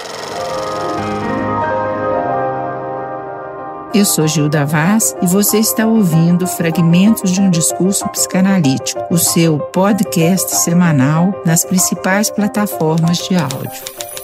Eu sou Gilda Vaz e você está ouvindo Fragmentos de um Discurso Psicanalítico, o seu podcast semanal nas principais plataformas de áudio.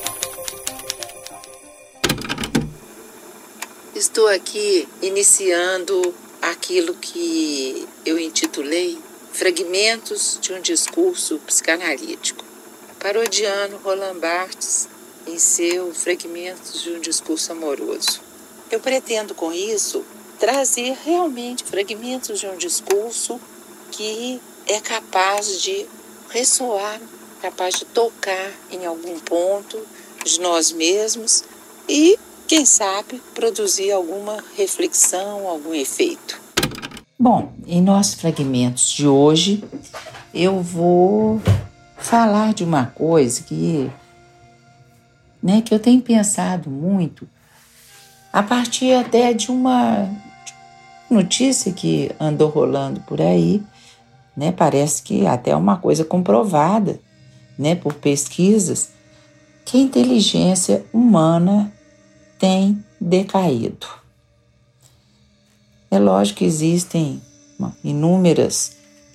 Estou aqui iniciando aquilo que eu intitulei Fragmentos de um Discurso Psicanalítico, parodiando Roland Barthes em seu Fragmentos de um Discurso Amoroso. Eu pretendo, com isso, trazer realmente fragmentos de um discurso que é capaz de ressoar, capaz de tocar em algum ponto de nós mesmos e, quem sabe, produzir alguma reflexão, algum efeito. Bom, em nossos fragmentos de hoje, eu vou falar de uma coisa que eu tenho pensado muito, a partir até de uma notícia que andou rolando por aí, parece que até uma coisa comprovada, por pesquisas, que a inteligência humana tem decaído. É lógico que existem inúmeras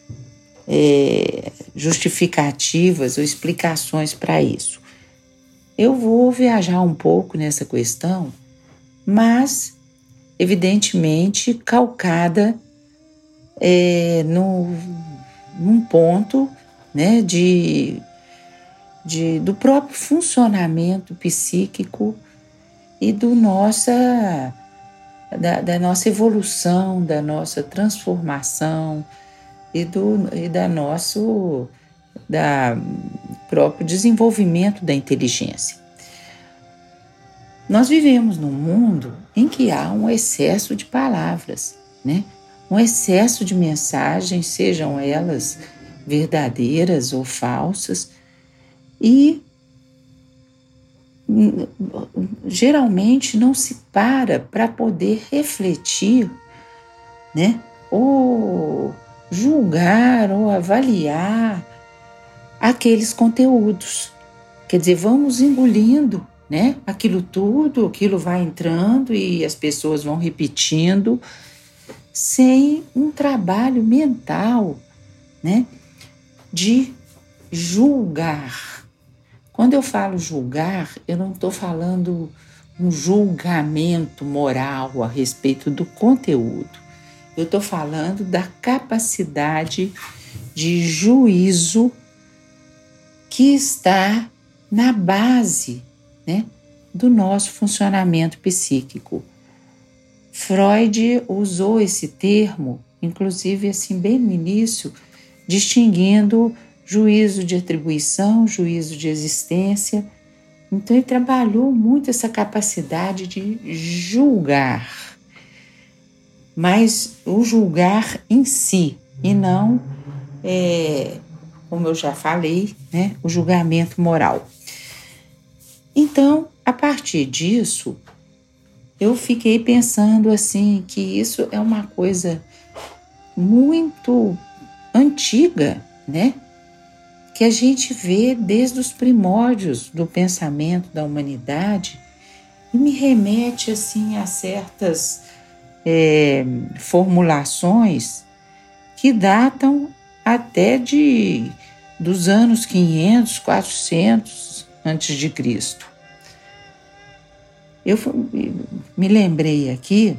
justificativas ou explicações para isso. Eu vou viajar um pouco nessa questão, mas, evidentemente, calcada num ponto do próprio funcionamento psíquico e da nossa evolução, da nossa transformação e do próprio desenvolvimento da inteligência. Nós vivemos num mundo em que há um excesso de palavras, um excesso de mensagens, sejam elas verdadeiras ou falsas, e geralmente não se para poder refletir, ou julgar ou avaliar aqueles conteúdos. Quer dizer, vamos engolindo aquilo vai entrando e as pessoas vão repetindo sem um trabalho mental, de julgar. Quando eu falo julgar, eu não estou falando um julgamento moral a respeito do conteúdo. Eu estou falando da capacidade de juízo que está na base do nosso funcionamento psíquico. Freud usou esse termo, inclusive assim bem no início, distinguindo juízo de atribuição, juízo de existência. Então ele trabalhou muito essa capacidade de julgar, mas o julgar em si, e não, como eu já falei, o julgamento moral. Então, a partir disso, eu fiquei pensando assim que isso é uma coisa muito antiga, que a gente vê desde os primórdios do pensamento da humanidade e me remete assim a certas formulações que datam até dos anos 500, 400 antes de Cristo. Eu me lembrei aqui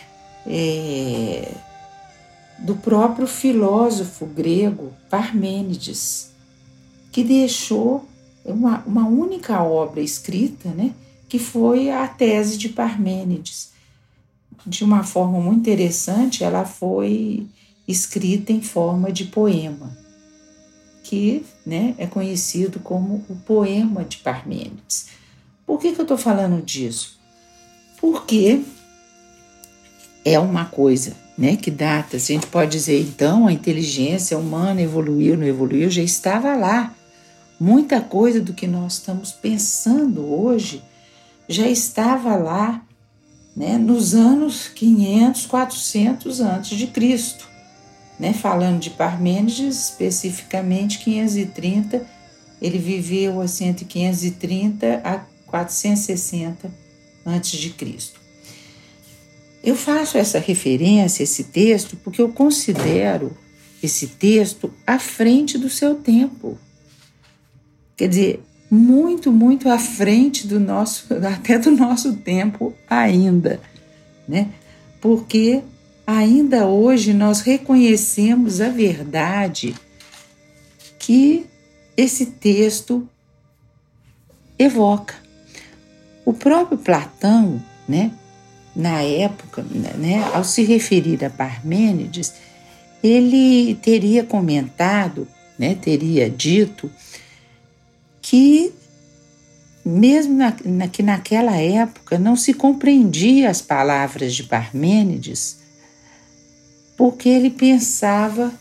do próprio filósofo grego Parmênides, que deixou uma única obra escrita, que foi a tese de Parmênides. De uma forma muito interessante, ela foi escrita em forma de poema, que é conhecido como o Poema de Parmênides. Por que eu estou falando disso? Porque é uma coisa que data, a gente pode dizer, então, a inteligência humana evoluiu, não evoluiu, já estava lá. Muita coisa do que nós estamos pensando hoje já estava lá, nos anos 500, 400 antes de Cristo. Falando de Parmênides, especificamente 530, ele viveu entre 530 a 460 a.C. Eu faço essa referência, esse texto, porque eu considero esse texto à frente do seu tempo. Quer dizer, muito, muito à frente até do nosso tempo ainda, né? Porque ainda hoje nós reconhecemos a verdade que esse texto evoca. O próprio Platão, né, na época, né, ao se referir a Parmênides, ele teria comentado, né, teria dito que mesmo que naquela época não se compreendia as palavras de Parmênides, porque ele pensava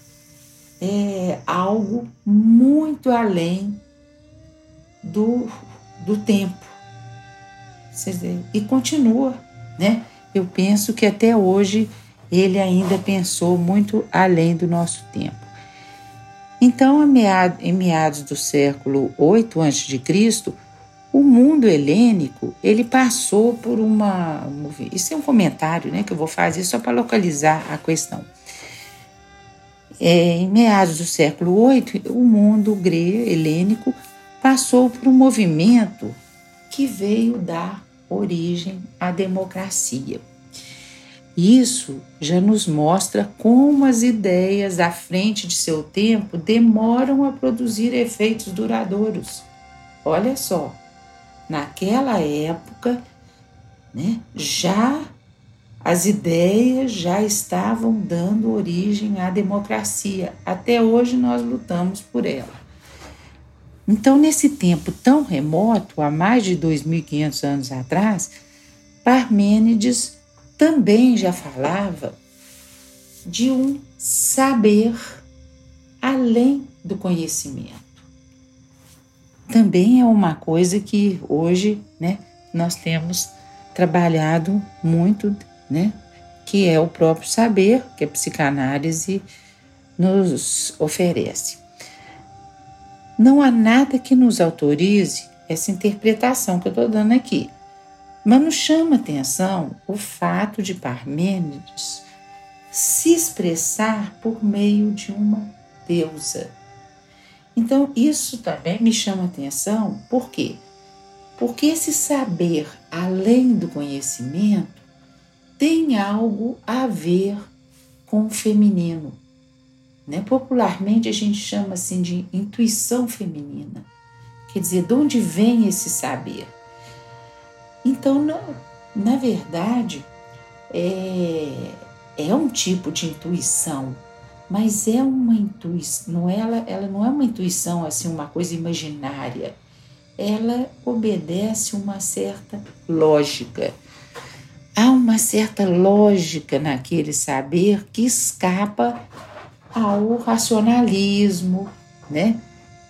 algo muito além do tempo. E continua, né? Eu penso que até hoje ele ainda pensou muito além do nosso tempo. Então, em meados do século 8 a.C., o mundo helênico, ele passou por isso é um comentário, né, que eu vou fazer só para localizar a questão. Em meados do século 8, o mundo helênico passou por um movimento que veio dar origem à democracia. Isso já nos mostra como as ideias à frente de seu tempo demoram a produzir efeitos duradouros. Olha só, naquela época, né, as ideias já estavam dando origem à democracia. Até hoje nós lutamos por ela. Então, nesse tempo tão remoto, há mais de 2.500 anos atrás, Parmênides também já falava de um saber além do conhecimento. Também é uma coisa que hoje, né, nós temos trabalhado muito, né, que é o próprio saber que a psicanálise nos oferece. Não há nada que nos autorize essa interpretação que eu estou dando aqui. Mas nos chama a atenção o fato de Parmênides se expressar por meio de uma deusa. Então, isso também me chama a atenção, por quê? Porque esse saber além do conhecimento tem algo a ver com o feminino, né? Popularmente a gente chama assim de intuição feminina. Quer dizer, de onde vem esse saber? Então, na verdade, é um tipo de intuição, mas é uma intuição, ela não é uma intuição assim, uma coisa imaginária. Ela obedece uma certa lógica. Há uma certa lógica naquele saber que escapa ao racionalismo, né?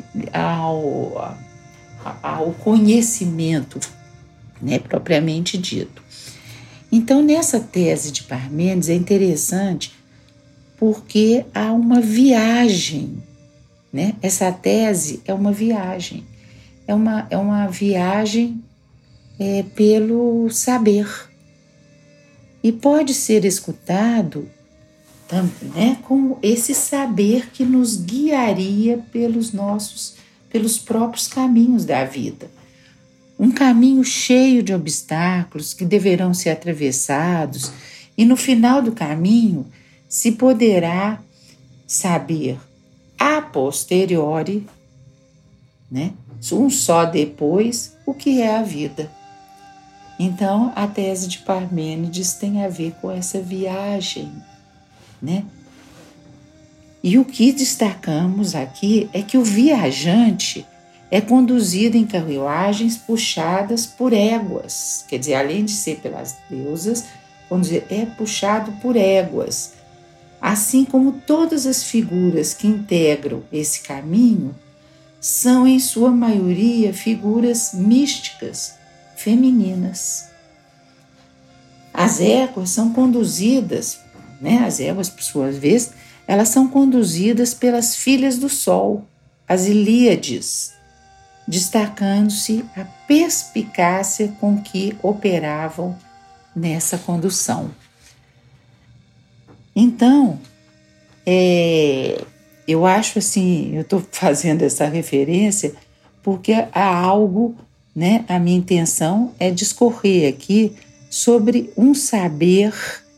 ao conhecimento, né, propriamente dito. Então, nessa tese de Parmênides é interessante porque há uma viagem, né? Essa tese é uma viagem, é uma viagem pelo saber e pode ser escutado, né, como esse saber que nos guiaria pelos próprios caminhos da vida. Um caminho cheio de obstáculos que deverão ser atravessados e no final do caminho se poderá saber a posteriori, né, um só depois, o que é a vida. Então, a tese de Parmênides tem a ver com essa viagem, né? E o que destacamos aqui é que o viajante é conduzido em carruagens puxadas por éguas, quer dizer, além de ser pelas deusas, é puxado por éguas. Assim como todas as figuras que integram esse caminho são, em sua maioria, figuras místicas, femininas. As éguas são conduzidas, né? As éguas, por sua vez, elas são conduzidas pelas filhas do sol, as Ilíades, destacando-se a perspicácia com que operavam nessa condução. Então, eu acho assim, eu estou fazendo essa referência porque há algo, né? A minha intenção é discorrer aqui sobre um saber,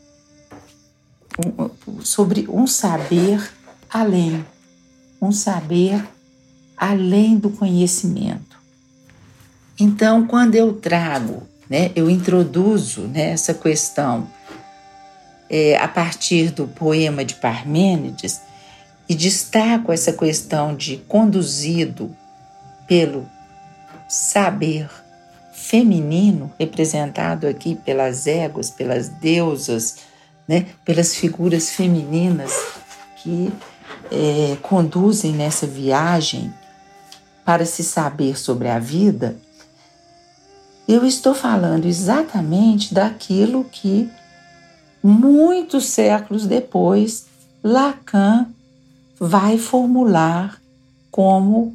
além, um saber além do conhecimento. Então, quando eu trago, né, eu introduzo, né, essa questão a partir do poema de Parmênides e destaco essa questão de conduzido pelo saber feminino, representado aqui pelas éguas, pelas deusas, né, pelas figuras femininas que conduzem nessa viagem para se saber sobre a vida. Eu estou falando exatamente daquilo que, muitos séculos depois, Lacan vai formular como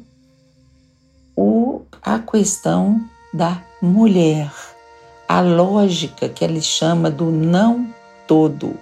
a questão da mulher, a lógica que ele chama do não todo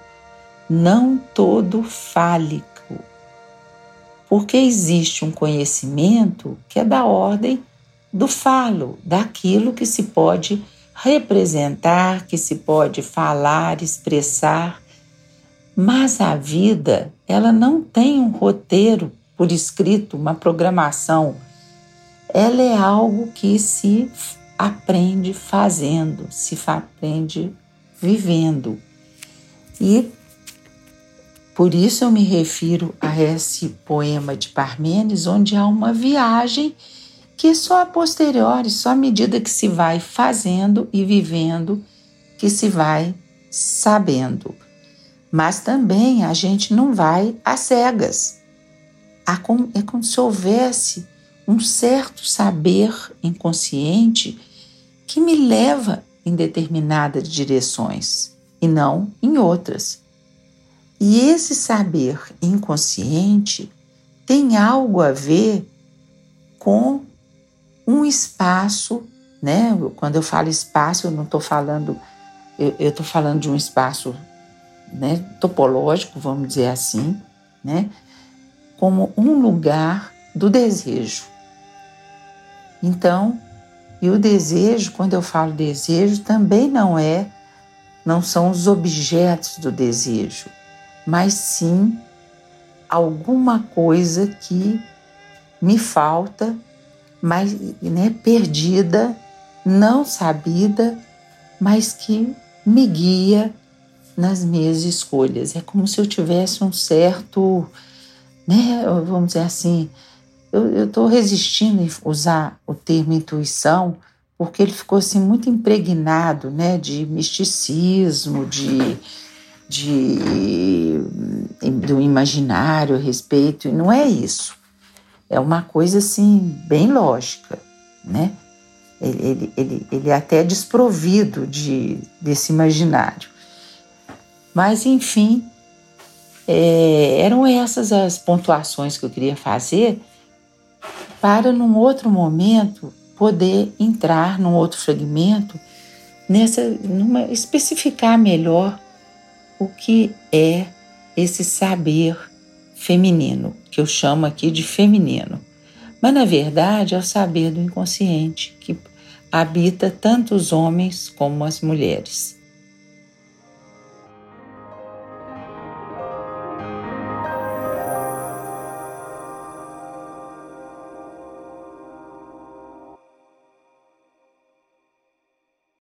fálico, porque existe um conhecimento que é da ordem do falo, daquilo que se pode representar, que se pode falar, expressar, mas a vida, ela não tem um roteiro por escrito, uma programação. Ela é algo que se aprende fazendo, se aprende vivendo. E por isso eu me refiro a esse poema de Parmênides, onde há uma viagem que só a posteriori, só à medida que se vai fazendo e vivendo, que se vai sabendo. Mas também a gente não vai às cegas. É como se houvesse um certo saber inconsciente que me leva em determinadas direções e não em outras. E esse saber inconsciente tem algo a ver com um espaço, né? Quando eu falo espaço, eu não estou falando, eu estou falando de um espaço, né, topológico, vamos dizer assim, né? Como um lugar do desejo. Então, e o desejo, quando eu falo desejo, também não são os objetos do desejo, mas sim alguma coisa que me falta, mas, né, perdida, não sabida, mas que me guia nas minhas escolhas. É como se eu tivesse um certo, né, vamos dizer assim, eu estou resistindo em usar o termo intuição, porque ele ficou assim muito impregnado, né, de misticismo, do imaginário a respeito, e não é isso. É uma coisa assim bem lógica, né? Ele é até desprovido desse imaginário. Mas, enfim, eram essas as pontuações que eu queria fazer para, num outro momento, poder entrar num outro fragmento, especificar melhor o que é esse saber feminino, que eu chamo aqui de feminino. Mas, na verdade, é o saber do inconsciente, que habita tanto os homens como as mulheres.